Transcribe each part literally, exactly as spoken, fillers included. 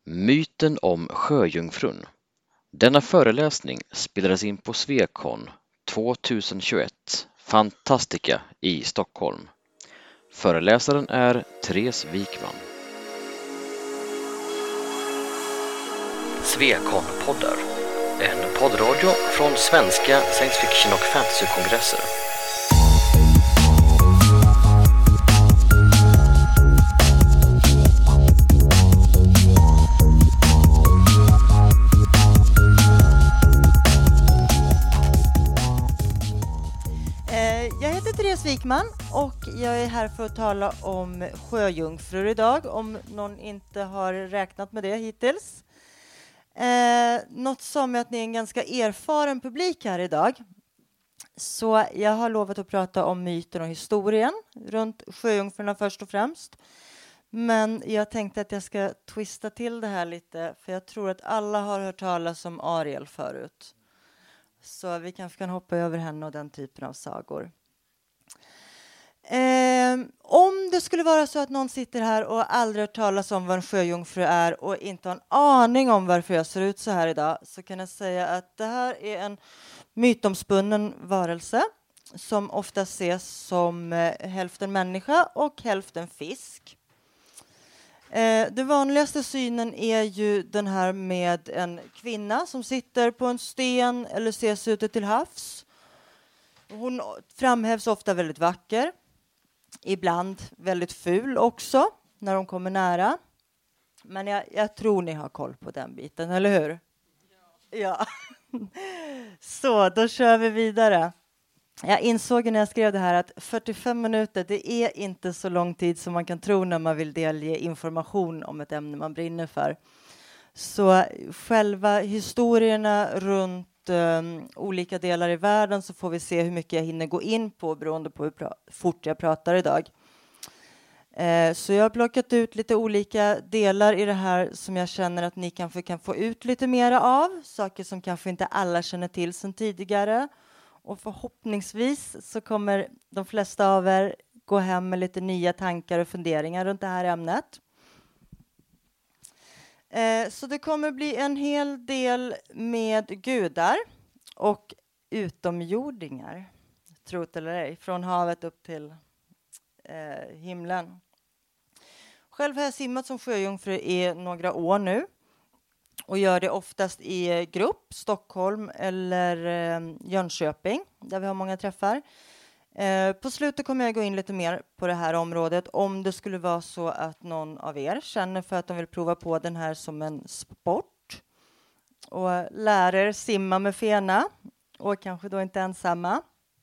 Myten om sjöjungfrun. Denna föreläsning spelades in på Swecon tjugohundratjugoett, Fantastica i Stockholm. Föreläsaren är Therese Wikman. Swecon-poddar. En poddradio från svenska science fiction och fantasy-kongresser. Jag heter Therese Wikman och jag är här för att tala om sjöjungfrur idag, om någon inte har räknat med det hittills. Eh, något som är att ni är en ganska erfaren publik här idag. Så jag har lovat att prata om myten och historien runt sjöjungfrurna först och främst. Men jag tänkte att jag ska twista till det här lite, för jag tror att alla har hört talas om Ariel förut. Så vi kanske kan hoppa över henne och den typen av sagor. Eh, om det skulle vara så att någon sitter här och aldrig hört talas om vad en sjöjungfru är och inte har en aning om varför jag ser ut så här idag, så kan jag säga att det här är en mytomspunnen varelse som ofta ses som eh, hälften människa och hälften fisk. Eh, den vanligaste synen är ju den här med en kvinna som sitter på en sten eller ses ute till havs. Hon framhävs ofta väldigt vacker. Ibland väldigt ful också när de kommer nära. Men jag, jag tror ni har koll på den biten, eller hur? Ja. Ja. Så, då kör vi vidare. Jag insåg när jag skrev det här att fyrtiofem minuter, det är inte så lång tid som man kan tro när man vill delge information om ett ämne man brinner för. Så själva historierna runt um, olika delar i världen, så får vi se hur mycket jag hinner gå in på beroende på hur pra- fort jag pratar idag. Eh, så jag har plockat ut lite olika delar i det här som jag känner att ni kanske kan få ut lite mera av. Saker som kanske inte alla känner till sedan tidigare. Och förhoppningsvis så kommer de flesta av er gå hem med lite nya tankar och funderingar runt det här ämnet. Eh, så det kommer bli en hel del med gudar och utomjordingar, tro det eller ej, från havet upp till eh, himlen. Själv har jag simmat som sjöjungfru i några år nu och gör det oftast i grupp, Stockholm eller eh, Jönköping, där vi har många träffar. Eh, på slutet kommer jag gå in lite mer på det här området om det skulle vara så att någon av er känner för att de vill prova på den här som en sport och lära er simma med fena och kanske då inte ensamma.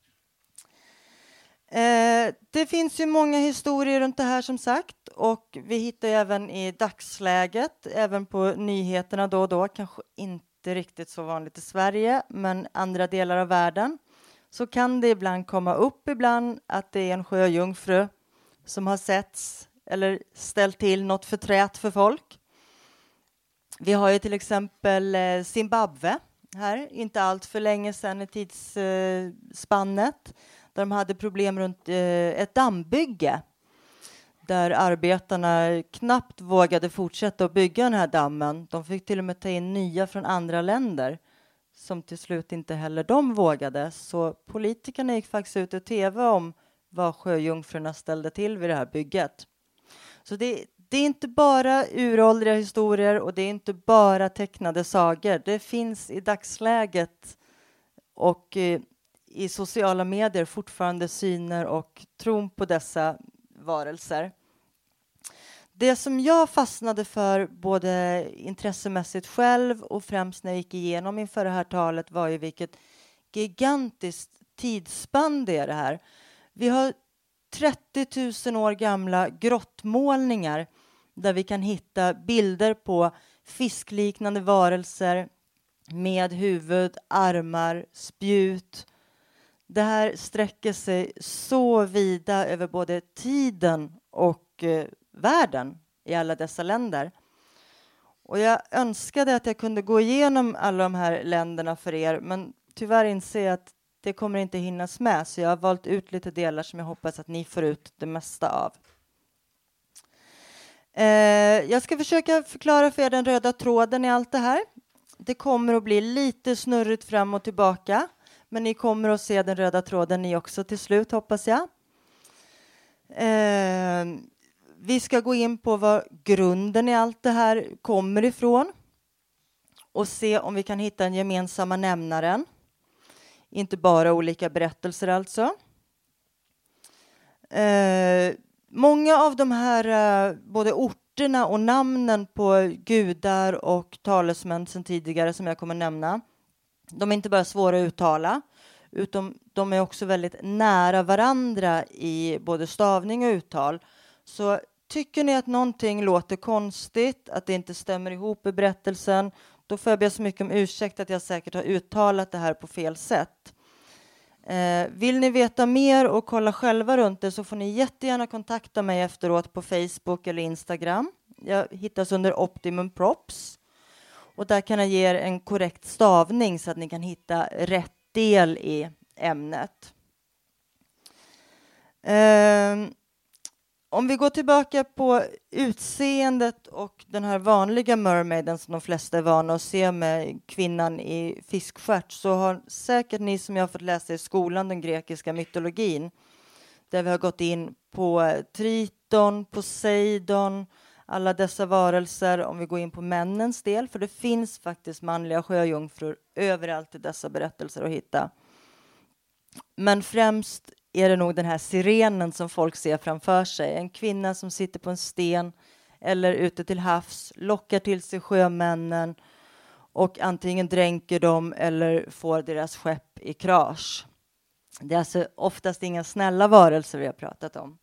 Eh, det finns ju många historier runt det här som sagt, och vi hittar ju även i dagsläget, även på nyheterna då och då, kanske inte riktigt så vanligt i Sverige, men andra delar av världen, så kan det ibland komma upp ibland att det är en sjöjungfru som har setts eller ställt till något förträt för folk. Vi har ju till exempel Zimbabwe här, inte allt för länge sedan i tidsspannet, där de hade problem runt eh, ett dammbygge. Där arbetarna knappt vågade fortsätta att bygga den här dammen. De fick till och med ta in nya från andra länder. Som till slut inte heller de vågade. Så politikerna gick faktiskt ut i tv om vad sjöjungfrurna ställde till vid det här bygget. Så det, det är inte bara uråldriga historier och det är inte bara tecknade sagor. Det finns i dagsläget och eh, i sociala medier fortfarande syner och tron på dessa varelser. Det som jag fastnade för både intressemässigt själv och främst när jag gick igenom inför det här talet var ju vilket gigantiskt tidsspann det är det här. Vi har trettio tusen år gamla grottmålningar där vi kan hitta bilder på fiskliknande varelser med huvud, armar, spjut. Det här sträcker sig så vida över både tiden och eh, världen i alla dessa länder. Och jag önskade att jag kunde gå igenom alla de här länderna för er, men tyvärr inser jag att det kommer inte hinnas med, så jag har valt ut lite delar som jag hoppas att ni får ut det mesta av. Eh, jag ska försöka förklara för er den röda tråden i allt det här. Det kommer att bli lite snurrigt fram och tillbaka. Men ni kommer att se den röda tråden ni också till slut, hoppas jag. Eh, vi ska gå in på var grunden i allt det här kommer ifrån. Och se om vi kan hitta en gemensamma nämnaren. Inte bara olika berättelser alltså. Eh, många av de här eh, både orterna och namnen på gudar och talesmän sedan tidigare som jag kommer nämna. De är inte bara svåra att uttala. Utan de är också väldigt nära varandra i både stavning och uttal. Så tycker ni att någonting låter konstigt, att det inte stämmer ihop i berättelsen, då får jag be så mycket om ursäkt att jag säkert har uttalat det här på fel sätt. Eh, vill ni veta mer och kolla själva runt det så får ni jättegärna kontakta mig efteråt på Facebook eller Instagram. Jag hittas under Optimum Props. Och där kan jag ge er en korrekt stavning så att ni kan hitta rätt del i ämnet. Eh, om vi går tillbaka på utseendet och den här vanliga mermaiden som de flesta är vana att se med kvinnan i fiskstjärt, så har säkert ni som jag har fått läsa i skolan den grekiska mytologin, där vi har gått in på Triton, Poseidon, alla dessa varelser, om vi går in på männens del, för det finns faktiskt manliga sjöjungfrur överallt i dessa berättelser att hitta. Men främst är det nog den här sirenen som folk ser framför sig. En kvinna som sitter på en sten eller ute till havs, lockar till sig sjömännen och antingen dränker dem eller får deras skepp i krasch. Det är alltså oftast inga snälla varelser vi har pratat om.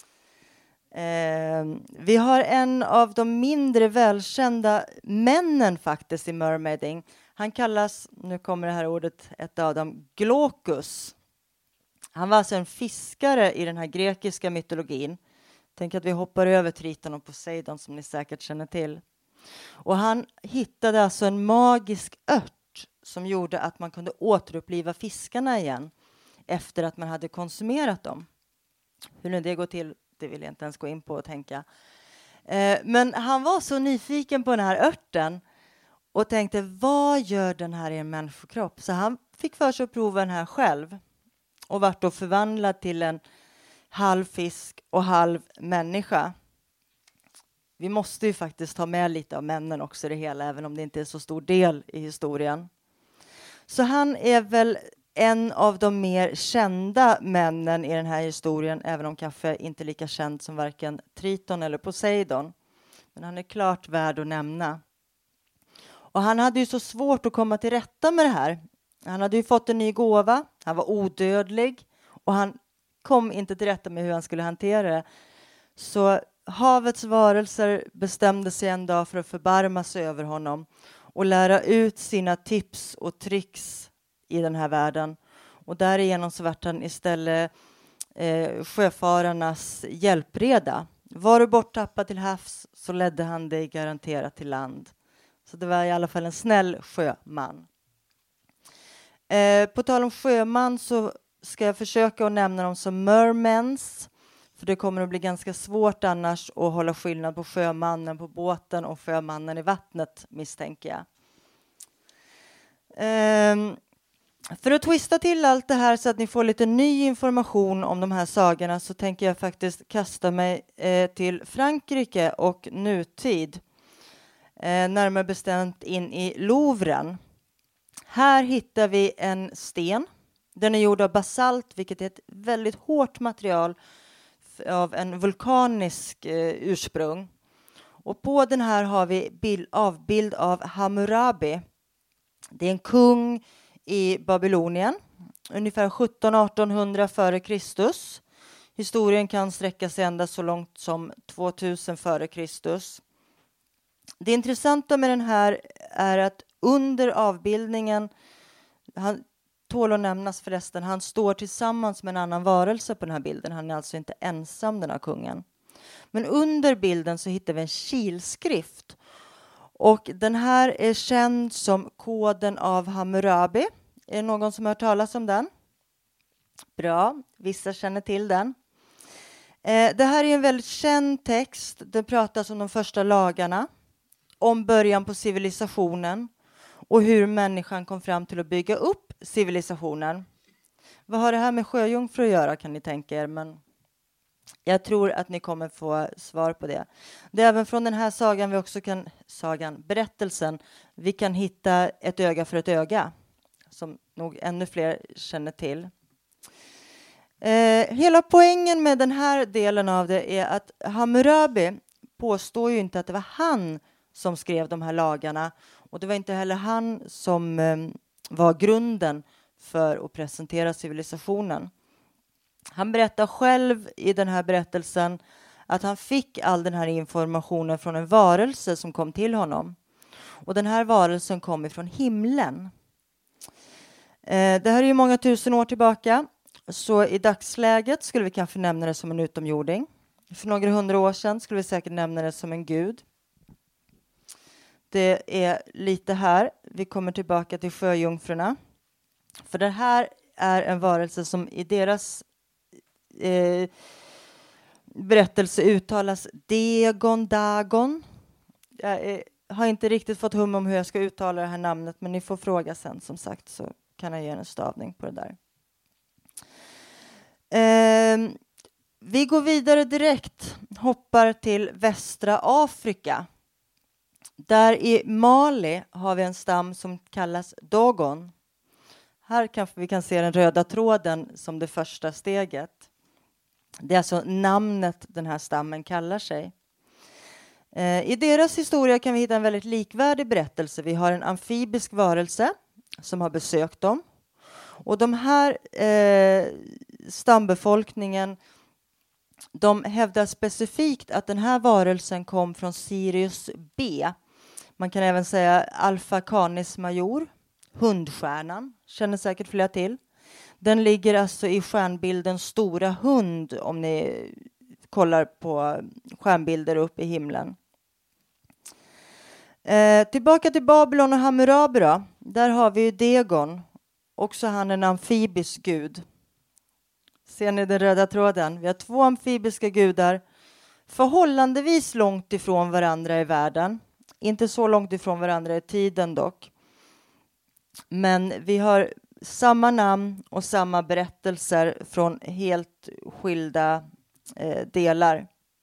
Eh, vi har en av de mindre välkända männen faktiskt i mermaiding. Han kallas, nu kommer det här ordet, ett av dem, Glaucus. Han var alltså en fiskare i den här grekiska mytologin. Tänk att vi hoppar över Triton och Poseidon som ni säkert känner till. Och han hittade alltså en magisk ört som gjorde att man kunde återuppliva fiskarna igen efter att man hade konsumerat dem. Hur nu det går till, det vill jag inte ens gå in på och tänka. Eh, men han var så nyfiken på den här örten och tänkte, vad gör den här i en människokropp? Så han fick för sig att prova den här själv. Och vart då förvandlad till en halv fisk och halv människa. Vi måste ju faktiskt ta med lite av männen också i det hela, även om det inte är så stor del i historien. Så han är väl en av de mer kända männen i den här historien, även om kanske inte lika känd som varken Triton eller Poseidon. Men han är klart värd att nämna. Och han hade ju så svårt att komma till rätta med det här. Han hade ju fått en ny gåva, han var odödlig och han kom inte till rätta med hur han skulle hantera det. Så havets varelser bestämde sig en dag för att förbarma sig över honom och lära ut sina tips och tricks i den här världen. Och därigenom så vart han istället eh, sjöfararnas hjälpreda. Var du borttappad till havs så ledde han dig garanterat till land. Så det var i alla fall en snäll sjöman. Eh, på tal om sjöman så ska jag försöka att nämna dem som mermens. För det kommer att bli ganska svårt annars att hålla skillnad på sjömannen på båten och sjömannen i vattnet, misstänker jag. Eh, för att twista till allt det här så att ni får lite ny information om de här sagorna så tänker jag faktiskt kasta mig eh, till Frankrike och nutid. Eh, närmare bestämt in i Louvren. Här hittar vi en sten. Den är gjord av basalt, vilket är ett väldigt hårt material av en vulkanisk eh, ursprung. Och på den här har vi bild, avbild av Hammurabi. Det är en kung i Babylonien, ungefär sjutton artonhundra före Kristus. Historien kan sträcka sig ända så långt som tvåtusen före Kristus. Det intressanta med den här är att under avbildningen, han tål att nämnas förresten, han står tillsammans med en annan varelse på den här bilden. Han är alltså inte ensam, den här kungen. Men under bilden så hittar vi en kilskrift. Och den här är känd som koden av Hammurabi. Är det någon som har hört talas om den? Bra, vissa känner till den. Eh, det här är en väldigt känd text. Det pratas om de första lagarna, om början på civilisationen och hur människan kom fram till att bygga upp civilisationen. Vad har det här med sjöjungfrur att göra, kan ni tänka er? Men jag tror att ni kommer få svar på det. Det är även från den här sagan vi också kan, sagan, berättelsen, vi kan hitta ett öga för ett öga, som nog ännu fler känner till. Eh, hela poängen med den här delen av det är att Hammurabi påstår ju inte att det var han som skrev de här lagarna, och det var inte heller han som eh, var grunden för att presentera civilisationen. Han berättar själv i den här berättelsen att han fick all den här informationen från en varelse som kom till honom. Och den här varelsen kom ifrån himlen. Eh, det här är ju många tusen år tillbaka. Så i dagsläget skulle vi kanske nämna det som en utomjording. För några hundra år sedan skulle vi säkert nämna det som en gud. Det är lite här. Vi kommer tillbaka till sjöjungfrurna. För det här är en varelse som i deras eh, berättelse uttalas Dagon, Dagon. Jag är, har inte riktigt fått hum om hur jag ska uttala det här namnet, men ni får fråga sen, som sagt, så kan jag ge en stavning på det där. Eh, vi går vidare direkt, hoppar till västra Afrika. Där i Mali har vi en stam som kallas Dogon. Här kanske vi kan se den röda tråden som det första steget. Det är alltså namnet den här stammen kallar sig. Eh, I deras historia kan vi hitta en väldigt likvärdig berättelse. Vi har en amfibisk varelse som har besökt dem. Och de här eh, stambefolkningen, de hävdar specifikt att den här varelsen kom från Sirius B. Man kan även säga Alpha Canis Major, hundstjärnan, känner säkert flera till. Den ligger alltså i stjärnbilden Stora hund, om ni kollar på stjärnbilder upp i himlen. Eh, tillbaka till Babylon och Hammurabi då. Där har vi ju Dagon, också han en amfibisk gud. Ser ni den röda tråden? Vi har två amfibiska gudar förhållandevis långt ifrån varandra i världen. Inte så långt ifrån varandra i tiden dock. Men vi har samma namn och samma berättelser från helt skilda eh, delar.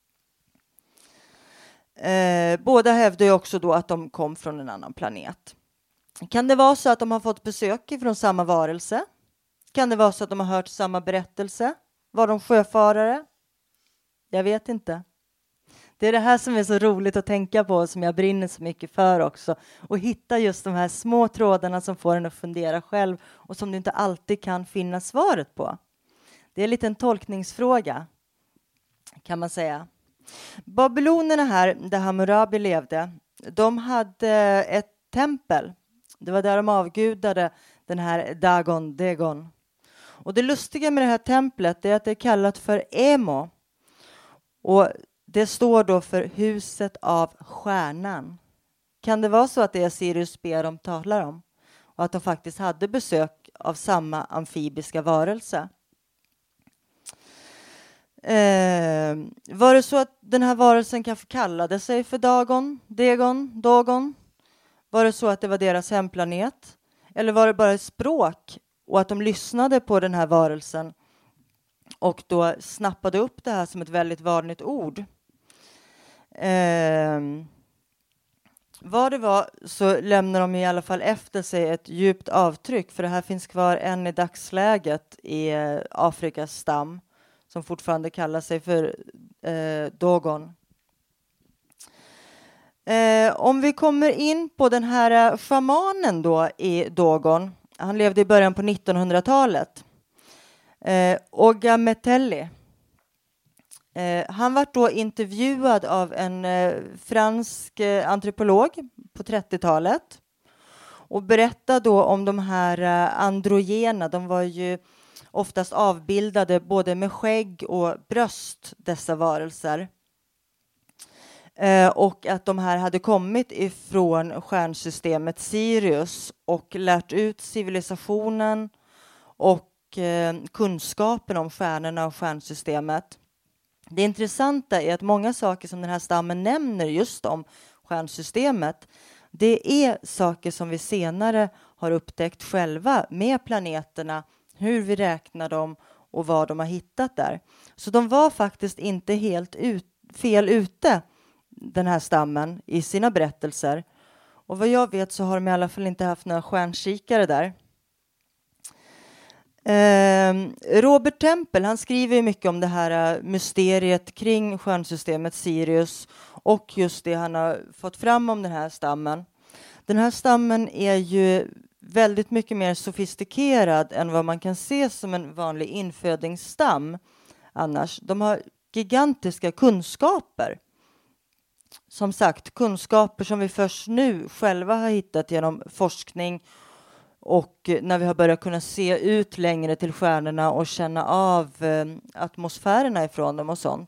Eh, båda hävdar ju också då att de kom från en annan planet. Kan det vara så att de har fått besök från samma varelse? Kan det vara så att de har hört samma berättelse? Var de sjöfarare? Jag vet inte. Det är det här som är så roligt att tänka på och som jag brinner så mycket för också. Och hitta just de här små trådarna som får en att fundera själv och som du inte alltid kan finna svaret på. Det är lite en tolkningsfråga, kan man säga. Babylonerna här, där Hammurabi levde, de hade ett tempel. Det var där de avgudade den här Dagon, Dagon. Och det lustiga med det här templet är att det är kallat för Emo. Och det står då för huset av stjärnan. Kan det vara så att det är Sirius B de talar om? Och att de faktiskt hade besök av samma amfibiska varelse. Eh, var det så att den här varelsen kanske kallade sig för Dagon, Dagon, Dagon? Var det så att det var deras hemplanet? Eller var det bara ett språk och att de lyssnade på den här varelsen och då snappade upp det här som ett väldigt vanligt ord? Eh, vad det var så lämnar de i alla fall efter sig ett djupt avtryck, för det här finns kvar än i dagsläget i eh, Afrikas stam som fortfarande kallar sig för eh, Dogon. Eh, om vi kommer in på den här shamanen då i Dogon, han levde i början på nittonhundratalet. Eh, Oga Metelli. Eh, han var då intervjuad av en eh, fransk eh, antropolog på trettiotalet och berättade då om de här eh, androgena. De var ju oftast avbildade både med skägg och bröst, dessa varelser. Eh, och att de här hade kommit ifrån stjärnsystemet Sirius och lärt ut civilisationen och eh, kunskapen om stjärnorna och stjärnsystemet. Det intressanta är att många saker som den här stammen nämner just om stjärnsystemet, det är saker som vi senare har upptäckt själva med planeterna, hur vi räknar dem och vad de har hittat där. Så de var faktiskt inte helt ut, fel ute, den här stammen, i sina berättelser. Och vad jag vet så har de i alla fall inte haft några stjärnkikare där. Eh, Robert Temple, han skriver mycket om det här mysteriet kring stjärnsystemet Sirius och just det han har fått fram om den här stammen. Den här stammen är ju väldigt mycket mer sofistikerad än vad man kan se som en vanlig infödingsstam annars. De har gigantiska kunskaper. Som sagt, kunskaper som vi först nu själva har hittat genom forskning och när vi har börjat kunna se ut längre till stjärnorna och känna av eh, atmosfärerna ifrån dem och sånt.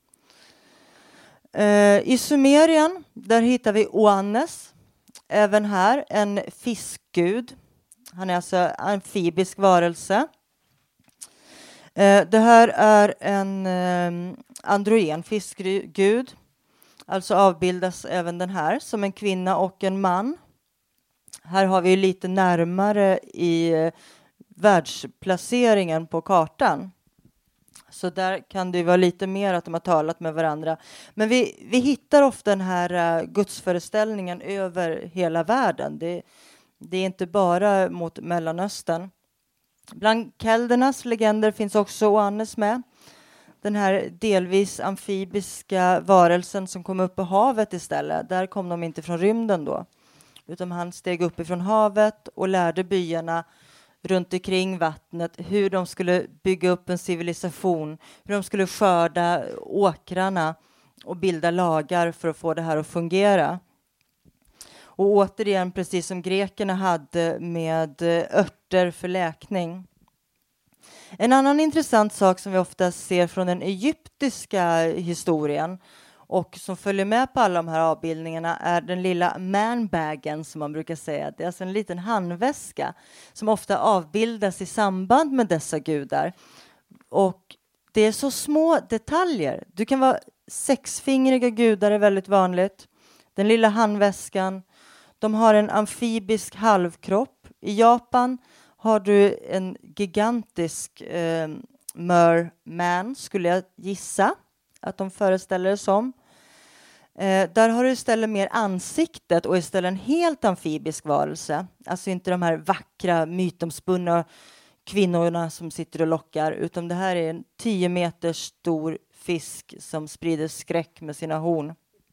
Eh, I Sumerien, där hittar vi Oannes. Även här en fiskgud. Han är alltså amfibisk varelse. Eh, det här är en eh, androgen fiskgud. Alltså avbildas även den här som en kvinna och en man. Här har vi lite närmare i eh, världsplaceringen på kartan. Så där kan det vara lite mer att de har talat med varandra. Men vi, vi hittar ofta den här uh, gudsföreställningen över hela världen. Det, det är inte bara mot Mellanöstern. Bland keldernas legender finns också Oannes med. Den här delvis amfibiska varelsen som kom upp på havet istället. Där kom de inte från rymden då. Utan han steg upp ifrån havet och lärde byarna runt omkring vattnet hur de skulle bygga upp en civilisation, hur de skulle skörda åkrarna och bilda lagar för att få det här att fungera. Och återigen, precis som grekerna hade med örter för läkning. En annan intressant sak som vi ofta ser från den egyptiska historien och som följer med på alla de här avbildningarna är den lilla manbagen som man brukar säga. Det är alltså en liten handväska som ofta avbildas i samband med dessa gudar. Och det är så små detaljer. Du kan vara sexfingriga gudar är väldigt vanligt. Den lilla handväskan. De har en amfibisk halvkropp. I Japan har du en gigantisk eh, merman skulle jag gissa att de föreställer det som. Eh, där har du istället mer ansiktet och istället en helt amfibisk varelse. Alltså inte de här vackra mytomspunna kvinnorna som sitter och lockar. Utan det här är en tio meter stor fisk som sprider skräck med sina horn.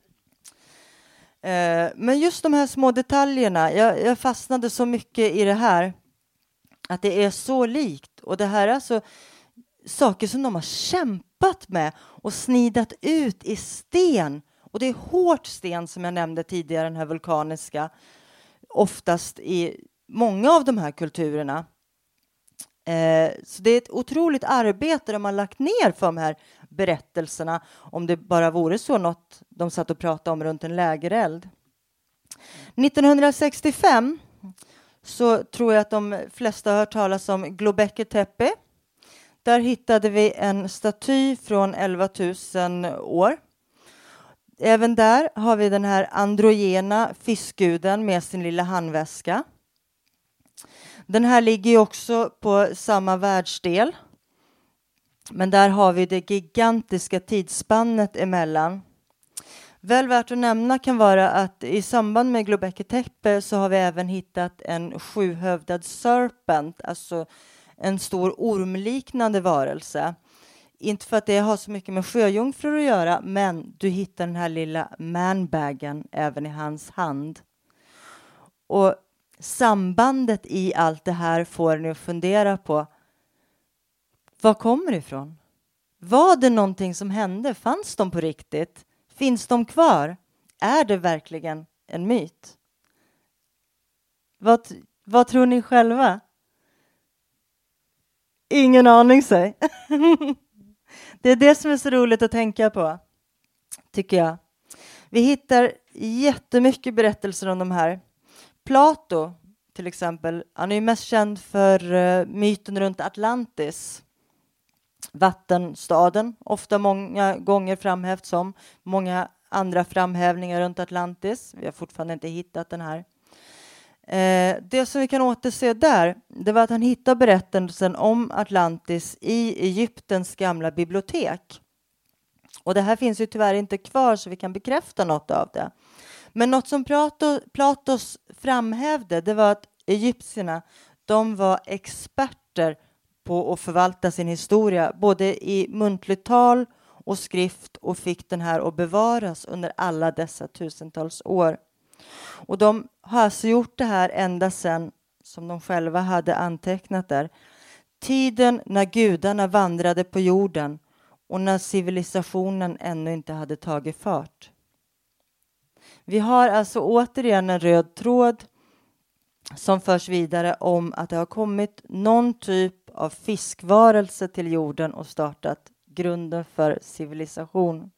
Eh, men just de här små detaljerna. Jag, jag fastnade så mycket i det här. Att det är så likt. Och det här är alltså saker som de har kämpat med och snidat ut i sten. Och det är hårt sten som jag nämnde tidigare, den här vulkaniska. Oftast i många av de här kulturerna. Eh, så det är ett otroligt arbete de har lagt ner för de här berättelserna. Om det bara vore så något de satt och pratade om runt en lägereld. nittonhundrasextiofem så tror jag att de flesta har hört talas om Göbekli Tepe. Där hittade vi en staty från elva tusen år. Även där har vi den här androgena fiskguden med sin lilla handväska. Den här ligger ju också på samma världsdel. Men där har vi det gigantiska tidsspannet emellan. Väl värt att nämna kan vara att i samband med Göbekli Tepe så har vi även hittat en sjuhövdad serpent, alltså en stor ormliknande varelse. Inte för att det har så mycket med sjöjungfrur att göra, men du hittar den här lilla manbagen även i hans hand. Och sambandet i allt det här får ni att fundera på. Var kommer det ifrån? Var det någonting som hände? Fanns de på riktigt? Finns de kvar? Är det verkligen en myt? Vad, vad tror ni själva? Ingen aning, säg. Det är det som är så roligt att tänka på, tycker jag. Vi hittar jättemycket berättelser om de här. Plato, till exempel, han är ju mest känd för uh, myten runt Atlantis. vattenstaden, ofta många gånger framhävt som många andra framhävningar runt Atlantis. Vi har fortfarande inte hittat den här. Eh, det som vi kan återse där, det var att han hittade berättelsen om Atlantis i Egyptens gamla bibliotek. Och det här finns ju tyvärr inte kvar så vi kan bekräfta något av det. Men något som Plato, Platos framhävde, det var att egyptierna, de var experter på att förvalta sin historia, både i muntligt tal och skrift, och fick den här att bevaras under alla dessa tusentals år. Och de har alltså gjort det här ända sedan, som de själva hade antecknat där, tiden när gudarna vandrade på jorden och när civilisationen ännu inte hade tagit fart. Vi har alltså återigen en röd tråd som förs vidare om att det har kommit någon typ av fiskvarelse till jorden och startat grunden för civilisation.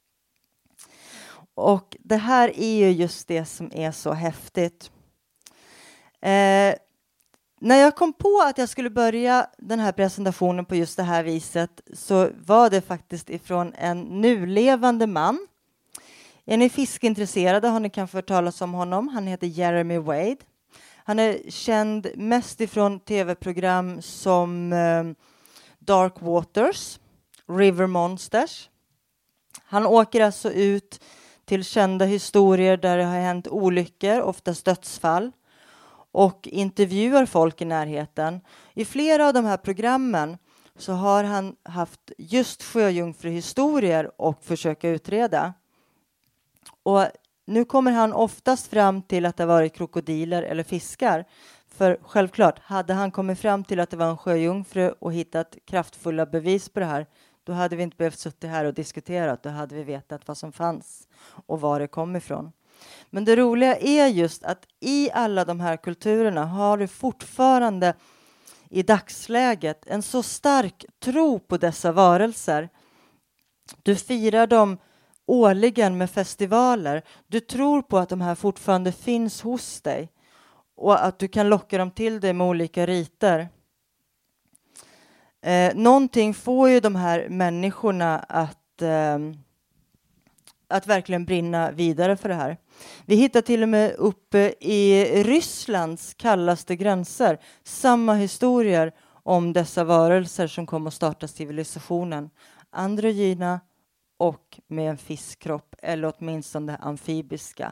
Och det här är ju just det som är så häftigt. Eh, när jag kom på att jag skulle börja den här presentationen på just det här viset så var det faktiskt ifrån en nulevande man. Är ni fiskintresserade har ni kanske hört talas om honom. Han heter Jeremy Wade. Han är känd mest ifrån tv-program som eh, Dark Waters, River Monsters. Han åker alltså ut till kända historier där det har hänt olyckor, oftast dödsfall, och intervjuar folk i närheten. I flera av de här programmen så har han haft just sjöjungfruhistorier och försöka utreda. Och nu kommer han oftast fram till att det varit krokodiler eller fiskar. För självklart, hade han kommit fram till att det var en sjöjungfru och hittat kraftfulla bevis på det här, då hade vi inte behövt sitta här och diskutera. Då hade vi vetat vad som fanns och var det kom ifrån. Men det roliga är just att i alla de här kulturerna har det fortfarande i dagsläget en så stark tro på dessa varelser. Du firar dem årligen med festivaler. Du tror på att de här fortfarande finns hos dig och att du kan locka dem till dig med olika riter. Eh, någonting får ju de här människorna att, eh, att verkligen brinna vidare för det här. Vi hittar till och med uppe i Rysslands kallaste gränser samma historier om dessa varelser som kom att starta civilisationen. Androgyna och med en fiskkropp eller åtminstone amfibiska.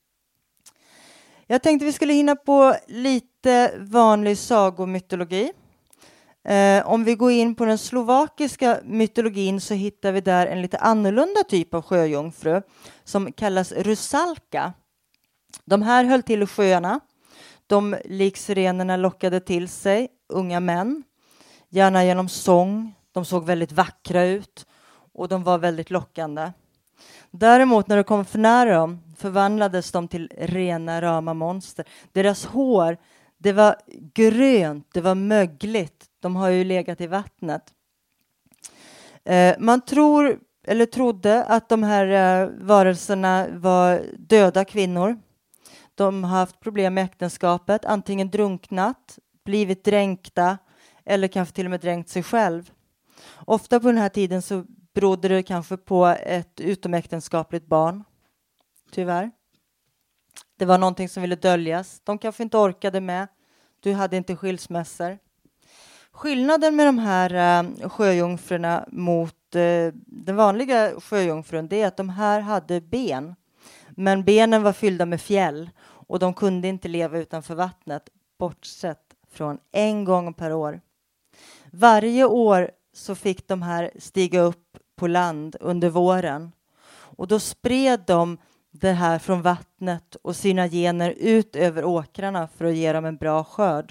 Jag tänkte vi skulle hinna på lite vanlig sagomytologi. Eh, om vi går in på den slovakiska mytologin så hittar vi där en lite annorlunda typ av sjöjungfru som kallas rusalka. De här höll till i sjöarna. De likt sirenerna lockade till sig unga män, gärna genom sång. De såg väldigt vackra ut och de var väldigt lockande. Däremot när det kom för nära dem förvandlades de till rena rama monster. Deras hår, det var grönt, det var mögligt. De har ju legat i vattnet. Eh, man tror, eller trodde att de här eh, varelserna var döda kvinnor. De har haft problem med äktenskapet, antingen drunknat, blivit dränkta eller kanske till och med dränkt sig själv. Ofta på den här tiden så berodde det kanske på ett utomäktenskapligt barn. Tyvärr. Det var någonting som ville döljas. De kanske inte orkade med. Du hade inte skilsmässor. Skillnaden med de här uh, sjöjungfrurna mot uh, den vanliga sjöjungfrun, det är att de här hade ben. Men benen var fyllda med fjäll och de kunde inte leva utanför vattnet bortsett från en gång per år. Varje år så fick de här stiga upp på land under våren och då spred de det här från vattnet och sina gener ut över åkrarna för att ge dem en bra skörd.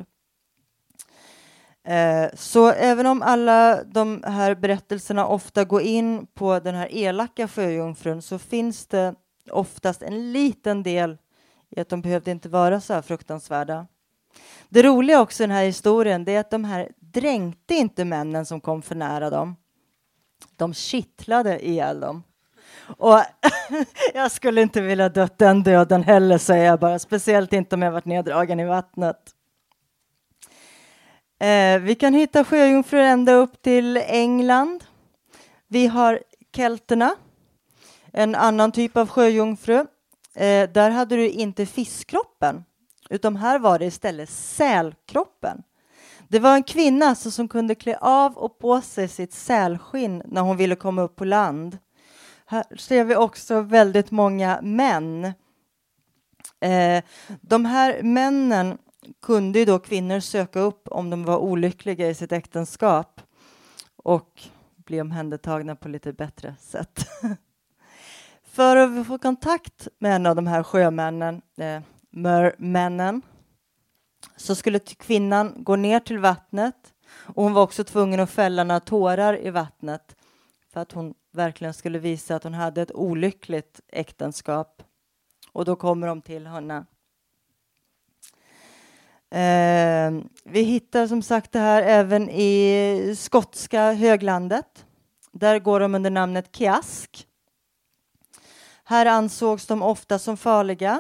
Eh, så även om alla de här berättelserna ofta går in på den här elaka sjöjungfrun så finns det oftast en liten del i att de behövde inte vara så här fruktansvärda. Det roliga också i den här historien det är att de här dränkte inte männen som kom för nära dem. De kittlade ihjäl dem. Och jag skulle inte vilja dött den döden heller, säger jag bara. Speciellt inte om jag varit neddragen i vattnet. Eh, vi kan hitta sjöjungfrur ända upp till England. Vi har kelterna, en annan typ av sjöjungfru. Eh, där hade du inte fiskkroppen, utan här var det istället sälkroppen. Det var en kvinna alltså som kunde klä av och på sig sitt sälskinn när hon ville komma upp på land. Här ser vi också väldigt många män. Eh, de här männen kunde ju då kvinnor söka upp om de var olyckliga i sitt äktenskap och bli omhändertagna på lite bättre sätt. För att få kontakt med en av de här sjömännen, eh, mörmännen, så skulle kvinnan gå ner till vattnet, och hon var också tvungen att fälla några tårar i vattnet för att hon verkligen skulle visa att hon hade ett olyckligt äktenskap. Och då kommer de till henne. Eh, vi hittar som sagt det här även i skotska höglandet. Där går de under namnet Keask. Här ansågs de ofta som farliga.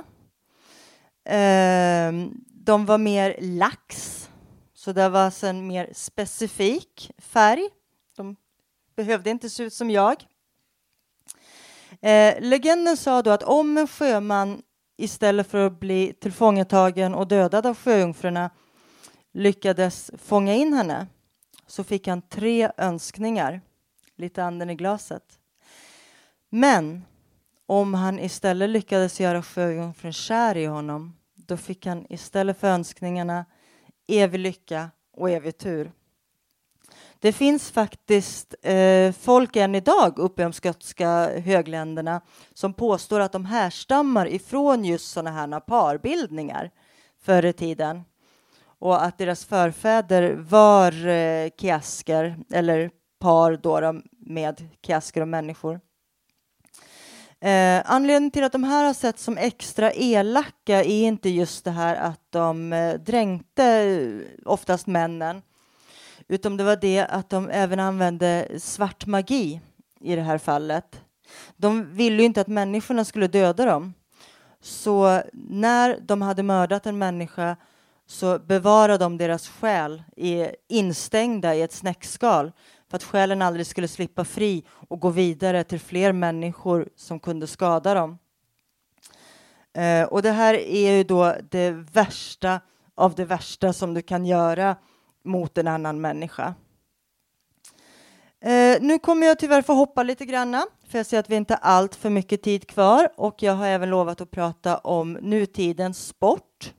Eh, de var mer lax. Så det var alltså en mer specifik färg. De behövde inte se ut som jag. Eh, legenden sa då att om en sjöman istället för att bli tillfångatagen och dödad av sjöjungfrurna lyckades fånga in henne, så fick han tre önskningar. Lite anden i glaset. Men om han istället lyckades göra sjöjungfrun kär i honom, då fick han istället för önskningarna evig lycka och evig tur. Det finns faktiskt eh, folk än idag uppe i de skotska högländerna som påstår att de härstammar ifrån just sådana här parbildningar förr i tiden. Och att deras förfäder var eh, keasker, eller par då med keasker och människor. Eh, anledningen till att de här har sett som extra elaka är inte just det här att de eh, dränkte oftast männen. Utan det var det att de även använde svart magi i det här fallet. De ville ju inte att människorna skulle döda dem. Så när de hade mördat en människa så bevarade de deras själ i, instängda i ett snäckskal. För att själen aldrig skulle slippa fri och gå vidare till fler människor som kunde skada dem. Eh, och det här är ju då det värsta av det värsta som du kan göra mot en annan människa. Eh, nu kommer jag tyvärr få hoppa lite granna, för jag ser att vi inte har allt för mycket tid kvar, och jag har även lovat att prata om nutidens sport.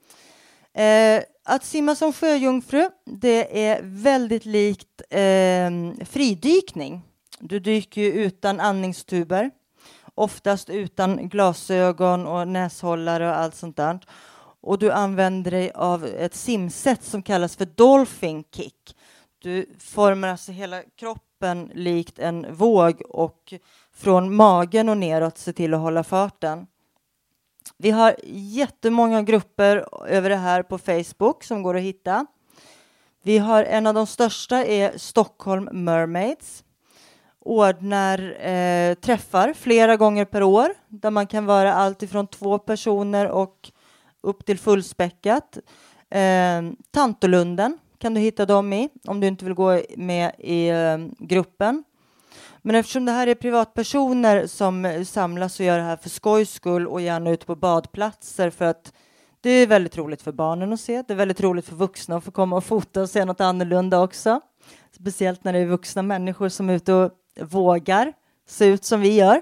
Eh, att simma som sjöjungfru, det är väldigt likt eh, fridykning. Du dyker ju utan andningstuber, oftast utan glasögon och näshållare och allt sånt där. Och du använder dig av ett simsätt som kallas för dolphin kick. Du formar alltså hela kroppen likt en våg och från magen och neråt se till att hålla farten. Vi har jättemånga grupper över det här på Facebook som går att hitta. Vi har en av de största är Stockholm Mermaids. Ordnar eh, träffar flera gånger per år där man kan vara allt ifrån två personer och upp till fullspäckat. Eh, Tantolunden kan du hitta dem i om du inte vill gå med i eh, gruppen. Men eftersom det här är privatpersoner som samlas och gör det här för skojs skull och gärna ute på badplatser, för att det är väldigt roligt för barnen att se. Det är väldigt roligt för vuxna att få komma och fota och se något annorlunda också. Speciellt när det är vuxna människor som är ute och vågar se ut som vi gör.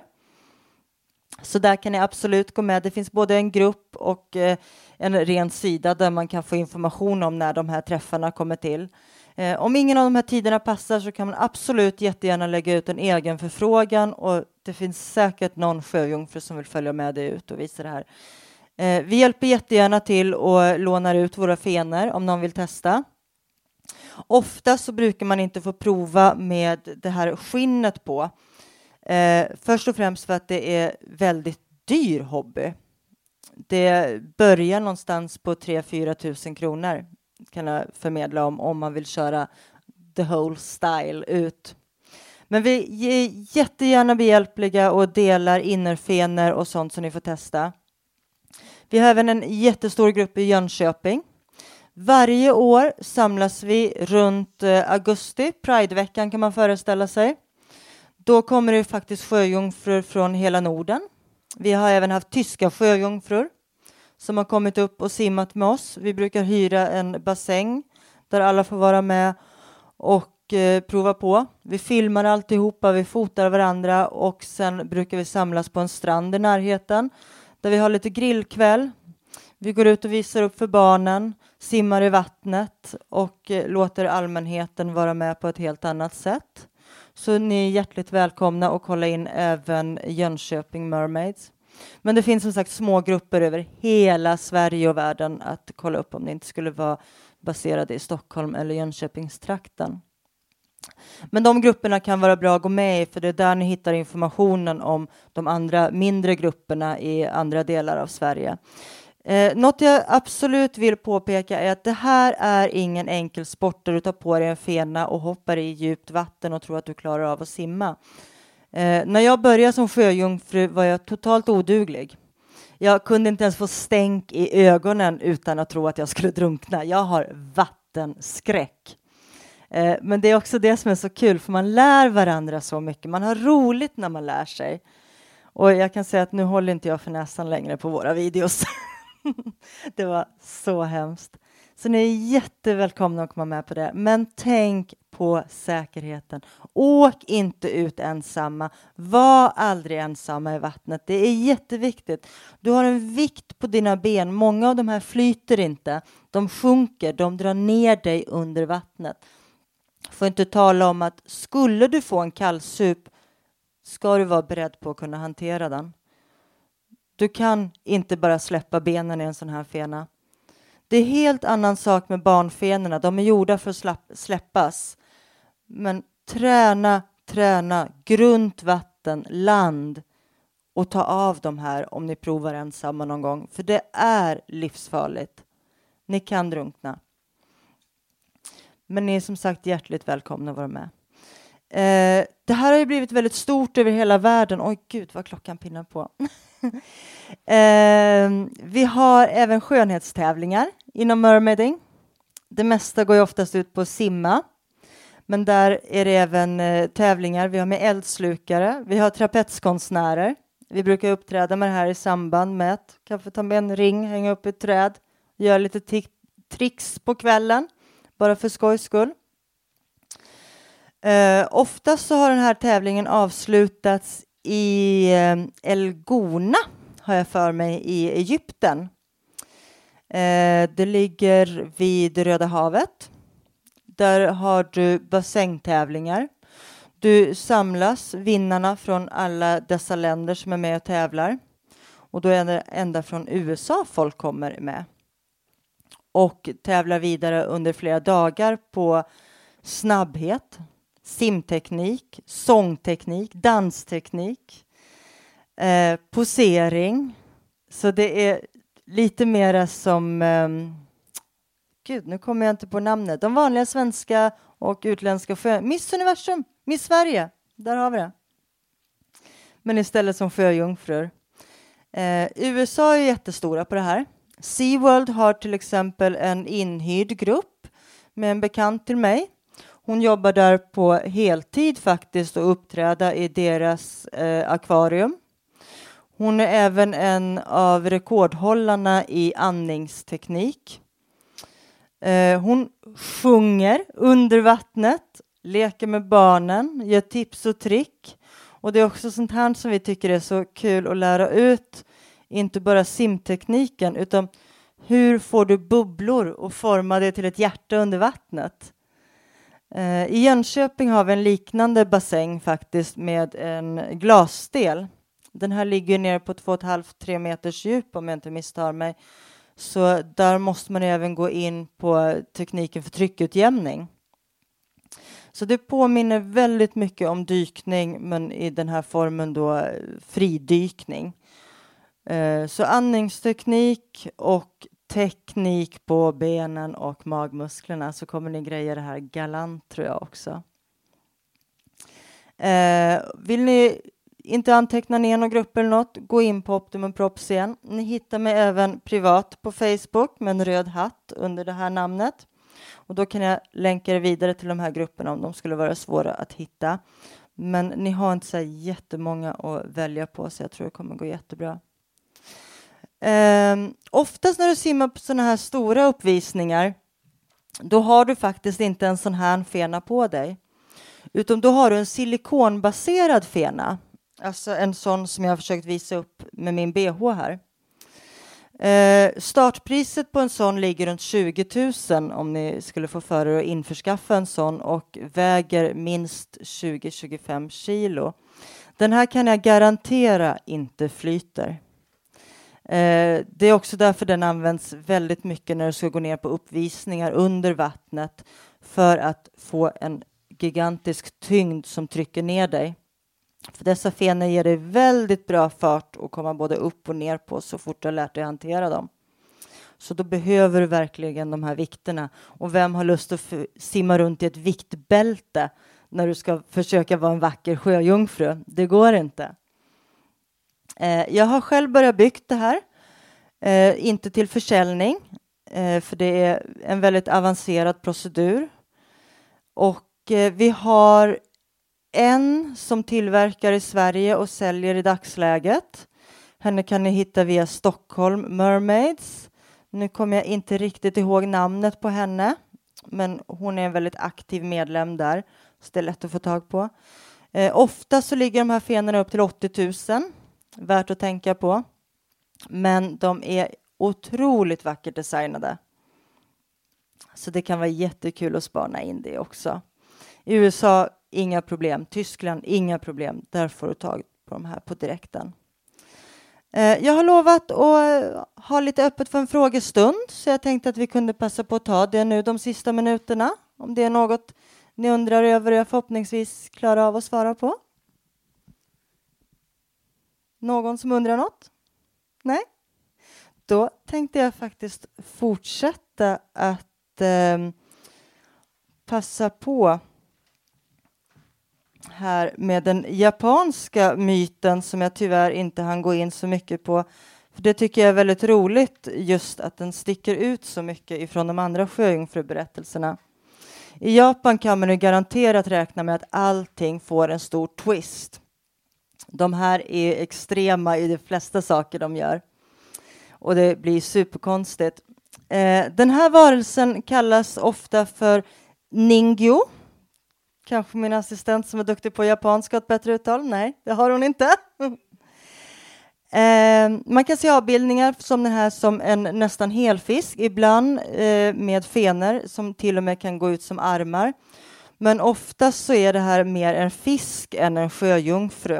Så där kan ni absolut gå med. Det finns både en grupp och eh, en ren sida där man kan få information om när de här träffarna kommer till. Eh, om ingen av de här tiderna passar så kan man absolut jättegärna lägga ut en egen förfrågan, och det finns säkert någon sjöjungfru som vill följa med dig ut och visa det här. Eh, vi hjälper jättegärna till och lånar ut våra fenor om någon vill testa. Ofta så brukar man inte få prova med det här skinnet på. Eh, först och främst för att det är väldigt dyr hobby. Det börjar någonstans på tre till fyra tusen kronor. Kan jag förmedla om om man vill köra the whole style ut. Men vi är jättegärna behjälpliga och delar innerfenor och sånt som ni får testa. Vi har även en jättestor grupp i Jönköping. Varje år samlas vi runt eh, augusti, Prideveckan kan man föreställa sig. Då kommer det faktiskt sjöjungfrur från hela Norden. Vi har även haft tyska sjöjungfrur som har kommit upp och simmat med oss. Vi brukar hyra en bassäng där alla får vara med och eh, prova på. Vi filmar alltihopa, vi fotar varandra och sen brukar vi samlas på en strand i närheten där vi har lite grillkväll. Vi går ut och visar upp för barnen, simmar i vattnet och eh, låter allmänheten vara med på ett helt annat sätt. Så ni är hjärtligt välkomna att kolla in även Jönköping Mermaids. Men det finns som sagt små grupper över hela Sverige och världen att kolla upp om det inte skulle vara baserade i Stockholm eller Jönköpingstrakten. Men de grupperna kan vara bra att gå med i för det är där ni hittar informationen om de andra mindre grupperna i andra delar av Sverige. Eh, något jag absolut vill påpeka är att det här är ingen enkel sport där du tar på dig en fena och hoppar i djupt vatten och tror att du klarar av att simma. Eh, när jag började som sjöjungfru var jag totalt oduglig. Jag kunde inte ens få stänk i ögonen utan att tro att jag skulle drunkna. Jag har vattenskräck. Eh, men det är också det som är så kul för man lär varandra så mycket. Man har roligt när man lär sig. Och jag kan säga att nu håller inte jag för näsan längre på våra videos. Det var så hemskt. Så ni är jättevälkomna att komma med på det. Men tänk på säkerheten. Åk inte ut ensamma. Var aldrig ensamma i vattnet. Det är jätteviktigt. Du har en vikt på dina ben. Många av de här flyter inte. De sjunker. De drar ner dig under vattnet. Får inte tala om att skulle du få en kallsup ska du vara beredd på att kunna hantera den. Du kan inte bara släppa benen i en sån här fena. Det är helt annan sak med barnfenorna. De är gjorda för att slapp, släppas. Men träna, träna, grunt vatten, land och ta av de här om ni provar ensamma någon gång. För det är livsfarligt. Ni kan drunkna. Men ni är som sagt hjärtligt välkomna att vara med. Eh, det här har ju blivit väldigt stort över hela världen. Oj gud vad klockan pinnar på. eh, vi har även skönhetstävlingar inom mermaiding. Det mesta går ju oftast ut på att simma. Men där är det även eh, tävlingar. Vi har med eldslukare. Vi har trapetskonstnärer. Vi brukar uppträda med det här i samband med att kanske ta med en ring, hänga upp ett träd. Göra lite t- tricks på kvällen. Bara för skojs skull. Uh, oftast så har den här tävlingen avslutats i uh, El Gouna, har jag för mig, i Egypten. Uh, det ligger vid Röda havet. Där har du bassängtävlingar. Du samlas vinnarna från alla dessa länder som är med och tävlar. Och då är det ända från U S A folk kommer med. Och tävlar vidare under flera dagar på snabbhet, simteknik, sångteknik, dansteknik, eh, posering. Så det är lite mer som... Eh, gud, nu kommer jag inte på namnet. De vanliga svenska och utländska sjö... Miss Universum, Miss Sverige. Där har vi det. Men istället som sjöjungfrur. Eh, U S A är jättestora på det här. SeaWorld har till exempel en inhyrd grupp med en bekant till mig. Hon jobbar där på heltid faktiskt och uppträder i deras eh, akvarium. Hon är även en av rekordhållarna i andningsteknik. Eh, hon sjunger under vattnet, leker med barnen, gör tips och trick. Och det är också sånt här som vi tycker är så kul att lära ut. Inte bara simtekniken utan hur får du bubblor och forma det till ett hjärta under vattnet. Eh, I Jönköping har vi en liknande bassäng faktiskt med en glasdel. Den här ligger ner på två komma fem till tre meters djup om jag inte misstar mig. Så där måste man även gå in på tekniken för tryckutjämning. Så det påminner väldigt mycket om dykning men i den här formen då fridykning. Eh, så andningsteknik och teknik på benen och magmusklerna så kommer ni greja det här galant tror jag också. Eh, vill ni inte anteckna ner någon grupp eller något, gå in på Optimum Propscen. Ni hittar mig även privat på Facebook med en röd hatt under det här namnet. Och då kan jag länka er vidare till de här grupperna om de skulle vara svåra att hitta. Men ni har inte så jättemånga att välja på, så jag tror det kommer gå jättebra. Um, oftast när du simmar på sådana här stora uppvisningar, då har du faktiskt inte en sån här fena på dig. Utan då har du en silikonbaserad fena. Alltså en sån som jag har försökt visa upp med min B H här. Eh, startpriset på en sån ligger runt tjugo tusen om ni skulle få för er att införskaffa en sån, och väger minst tjugo till tjugofem kilo. Den här kan jag garantera inte flyter. Eh, det är också därför den används väldigt mycket när du ska gå ner på uppvisningar under vattnet, för att få en gigantisk tyngd som trycker ner dig. För dessa fenor ger dig väldigt bra fart och komma både upp och ner på så fort du har lärt dig hantera dem. Så då behöver du verkligen de här vikterna. Och vem har lust att f- simma runt i ett viktbälte när du ska försöka vara en vacker sjöjungfru? Det går inte. Eh, jag har själv börjat byggt det här. Eh, inte till försäljning. Eh, för det är en väldigt avancerad procedur. Och eh, vi har en som tillverkar i Sverige och säljer i dagsläget. Henne kan ni hitta via Stockholm Mermaids. Nu kommer jag inte riktigt ihåg namnet på henne, men hon är en väldigt aktiv medlem där, så det är lätt att få tag på. Eh, ofta så ligger de här fenorna upp till åttio tusen. Värt att tänka på. Men de är otroligt vackert designade. Så det kan vara jättekul att spana in det också. I U S A inga problem. Tyskland inga problem. Där får du tag på de här på direkten. Eh, jag har lovat att ha lite öppet för en frågestund. Så jag tänkte att vi kunde passa på att ta det nu de sista minuterna. Om det är något ni undrar över och jag förhoppningsvis klarar av att svara på. Någon som undrar något? Nej? Då tänkte jag faktiskt fortsätta att eh, passa på här med den japanska myten som jag tyvärr inte hann gå in så mycket på. För det tycker jag är väldigt roligt, just att den sticker ut så mycket ifrån de andra sjöjungfruberättelserna. I Japan kan man ju garanterat räkna med att allting får en stor twist. De här är extrema i de flesta saker de gör. Och det blir superkonstigt. Eh, den här varelsen kallas ofta för Ningyo. Kanske min assistent som är duktig på japanska har ett bättre uttal. Nej, det har hon inte. eh, man kan se avbildningar som den här som en nästan helfisk. Ibland eh, med fenor som till och med kan gå ut som armar. Men oftast så är det här mer en fisk än en sjöjungfru.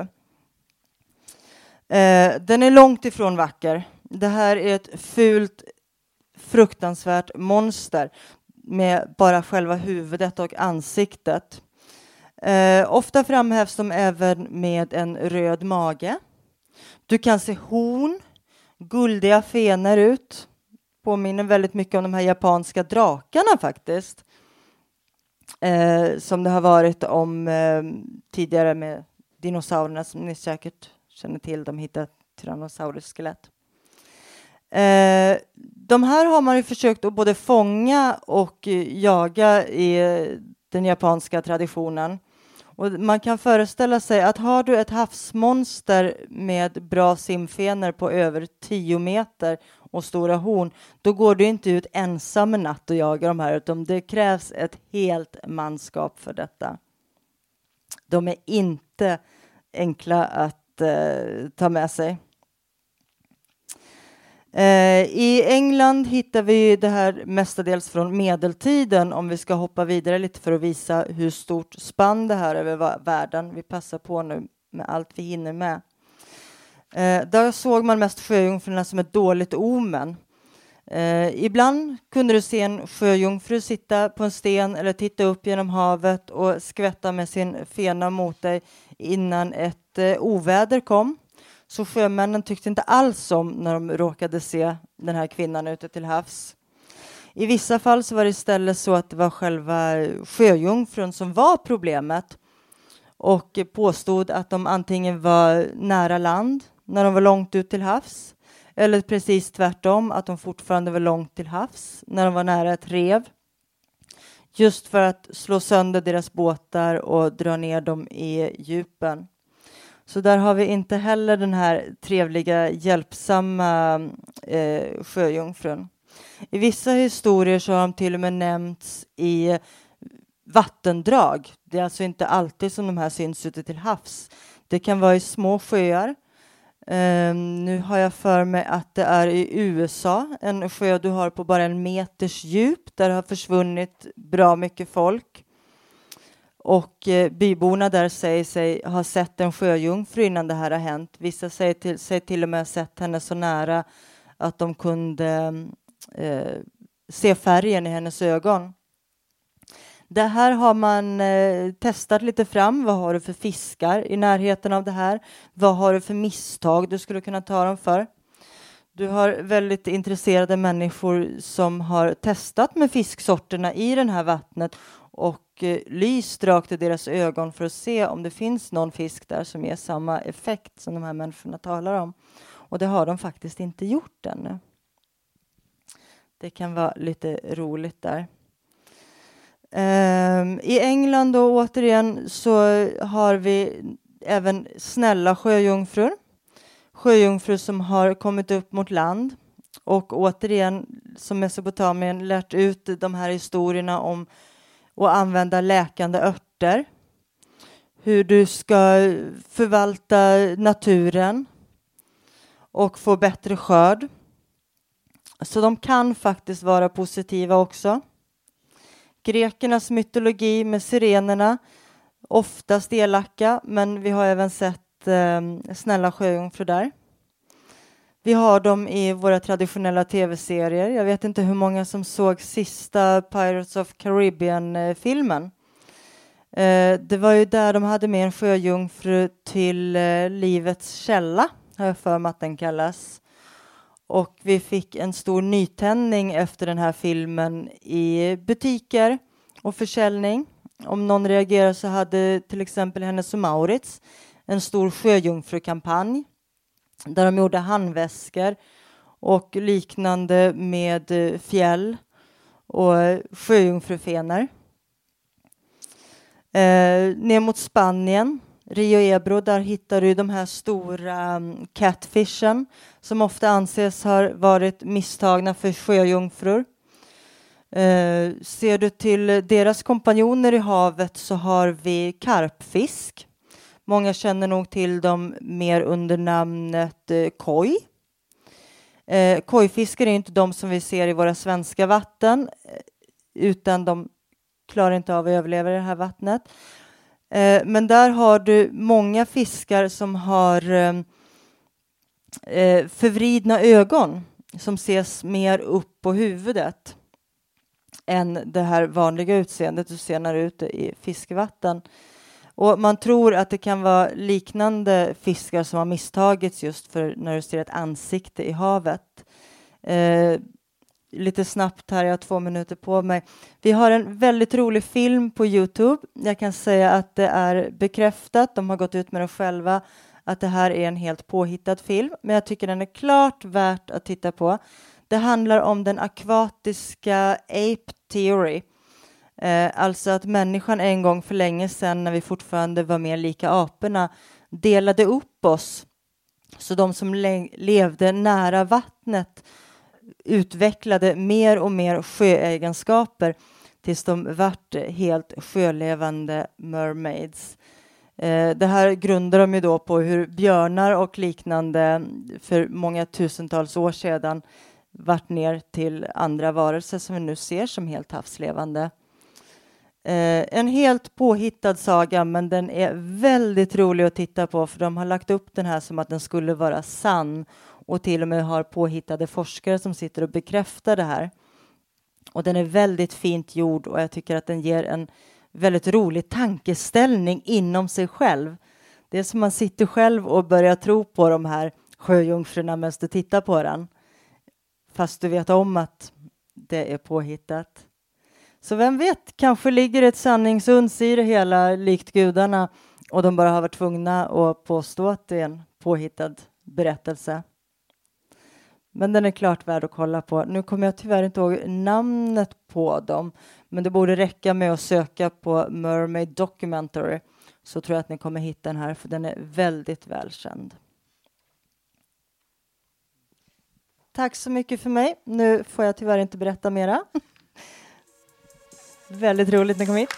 Eh, den är långt ifrån vacker. Det här är ett fult, fruktansvärt monster med bara själva huvudet och ansiktet. Eh, ofta framhävs de även med en röd mage. Du kan se horn, guldiga fenor ut. Påminner väldigt mycket om de här japanska drakarna faktiskt. Eh, som det har varit om eh, tidigare med dinosaurierna som ni säkert känner till. De hittade Tyrannosaurus-skelett. Eh, de här har man ju försökt att både fånga och jaga i den japanska traditionen. Och man kan föreställa sig att har du ett havsmonster med bra simfenor på över tio meter och stora horn, då går du inte ut ensam en natt och jagar de här, utan det krävs ett helt manskap för detta. De är inte enkla att eh, ta med sig. Eh, I England hittar vi det här mestadels från medeltiden, om vi ska hoppa vidare lite för att visa hur stort spann det här över världen. Vi passar på nu med allt vi hinner med. Eh, där såg man mest sjöjungfrurna som ett dåligt omen. Eh, ibland kunde du se en sjöjungfru sitta på en sten eller titta upp genom havet och skvätta med sin fena mot dig innan ett eh, oväder kom. Så sjömännen tyckte inte alls om när de råkade se den här kvinnan ute till havs. I vissa fall så var det istället så att det var själva sjöjungfrun som var problemet. och påstod att de antingen var nära land när de var långt ut till havs, eller precis tvärtom, att de fortfarande var långt till havs när de var nära ett rev. Just för att slå sönder deras båtar och dra ner dem i djupen. Så där har vi inte heller den här trevliga, hjälpsamma eh, sjöjungfrun. I vissa historier så har de till och med nämnts i vattendrag. Det är alltså inte alltid som de här syns ute till havs. Det kan vara i små sjöar. Um, nu har jag för mig att det är i U S A, en sjö du har på bara en meters djup, där det har försvunnit bra mycket folk. Och eh, byborna där säger sig ha sett en sjöjungfru innan det här har hänt. Vissa säger till, säger till och med ha sett henne så nära att de kunde eh, se färgen i hennes ögon. Det här har man eh, testat lite fram. Vad har du för fiskar i närheten av det här? Vad har du för misstag du skulle kunna ta dem för? Du har väldigt intresserade människor som har testat med fisksorterna i det här vattnet och eh, lyst rakt i deras ögon för att se om det finns någon fisk där som ger samma effekt som de här människorna talar om. Och det har de faktiskt inte gjort ännu. Det kan vara lite roligt där. Um, I England då återigen så har vi även snälla sjöjungfrur. Sjöjungfrur som har kommit upp mot land och återigen som Mesopotamien lärt ut de här historierna om att använda läkande örter. Hur du ska förvalta naturen och få bättre skörd. Så de kan faktiskt vara positiva också. Grekernas mytologi med sirenerna, oftast elaka, men vi har även sett eh, snälla sjöjungfrur där. Vi har dem i våra traditionella tv-serier. Jag vet inte hur många som såg sista Pirates of Caribbean-filmen. Eh, det var ju där de hade med en sjöjungfru till eh, livets källa, har jag för mig att den kallas. Och vi fick en stor nytändning efter den här filmen i butiker och försäljning. Om någon reagerar så hade till exempel Hennes och Mauritz en stor sjöjungfrukampanj där de gjorde handväskor och liknande med fjäll och sjöjungfrufenor. Eh, ner mot Spanien, Rio Ebro, där hittar du de här stora um, catfishen som ofta anses ha varit misstagna för sjöjungfrur. Eh, ser du till deras kompanjoner i havet så har vi karpfisk. Många känner nog till dem mer under namnet eh, koi. Eh, kojfiskar är inte de som vi ser i våra svenska vatten, utan de klarar inte av att överleva i det här vattnet. Eh, men där har du många fiskar som har eh, förvridna ögon som ses mer upp på huvudet än det här vanliga utseendet du ser när du är ute i fiskevatten. Och man tror att det kan vara liknande fiskar som har misstagits just för när du ser ett ansikte i havet. Eh, lite snabbt här, jag har två minuter på mig. Vi har en väldigt rolig film på YouTube. Jag kan säga att det är bekräftat, de har gått ut med det själva, att det här är en helt påhittad film. Men jag tycker den är klart värt att titta på. Det handlar om den akvatiska ape theory. Eh, alltså att människan en gång för länge sedan, när vi fortfarande var mer lika aporna, delade upp oss. Så de som le- levde nära vattnet utvecklade mer och mer sjöegenskaper tills de vart helt sjölevande mermaids. Eh, det här grundar de ju då på hur björnar och liknande för många tusentals år sedan vart ner till andra varelser som vi nu ser som helt havslevande. Eh, en helt påhittad saga, men den är väldigt rolig att titta på, för de har lagt upp den här som att den skulle vara sann och till och med har påhittade forskare som sitter och bekräftar det här. Och den är väldigt fint gjord och jag tycker att den ger en väldigt rolig tankeställning inom sig själv. Det är som man sitter själv och börjar tro på de här sjöjungfrurna medan du tittar på den. Fast du vet om att det är påhittat. Så vem vet, kanske ligger ett sanningsuns i det hela likt gudarna Och de bara har varit tvungna att påstå att det är en påhittad berättelse. Men den är klart värd att kolla på. Nu kommer jag tyvärr inte ihåg namnet på dem. Men det borde räcka med att söka på Mermaid Documentary. Så tror jag att ni kommer hitta den här, för den är väldigt välkänd. Tack så mycket för mig. Nu får jag tyvärr inte berätta mera. Väldigt roligt att ni kom hit.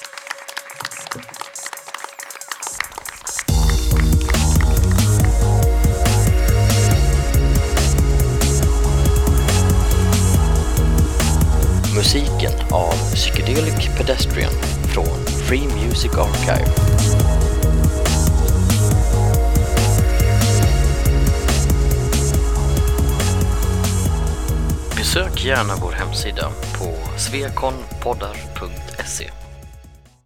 Musiken av Psychedelic Pedestrian från Free Music Archive. Besök gärna vår hemsida på svekonpoddar punkt se.